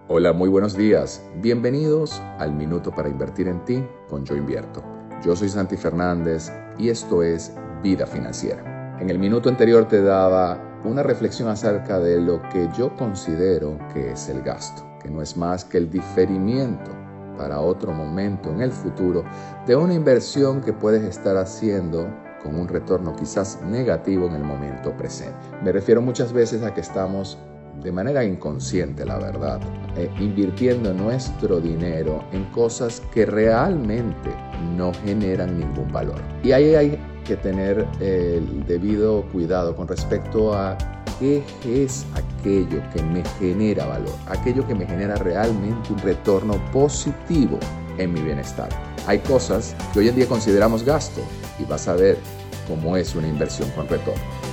Hola, muy buenos días. Bienvenidos al Minuto para Invertir en Ti con Yo Invierto. Yo soy Santi Fernández y esto es Vida Financiera. En el minuto anterior te daba una reflexión acerca de lo que yo considero que es el gasto, que no es más que el diferimiento para otro momento en el futuro de una inversión que puedes estar haciendo con un retorno quizás negativo en el momento presente. Me refiero muchas veces a que estamos de manera inconsciente, la verdad, invirtiendo nuestro dinero en cosas que realmente no generan ningún valor. Y ahí hay que tener el debido cuidado con respecto a qué es aquello que me genera valor, aquello que me genera realmente un retorno positivo en mi bienestar. Hay cosas que hoy en día consideramos gasto y vas a ver cómo es una inversión con retorno.